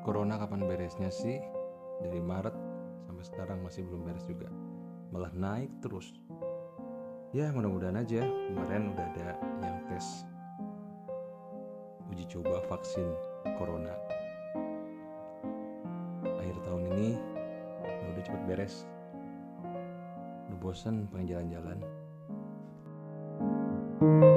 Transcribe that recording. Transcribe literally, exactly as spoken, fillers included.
Corona kapan beresnya sih? Dari Maret sampai sekarang masih belum beres juga. Malah naik terus. Ya mudah-mudahan aja kemarin udah ada yang tes uji coba vaksin Corona. Akhir tahun ini ya udah cepet beres. Udah bosan pengen jalan-jalan.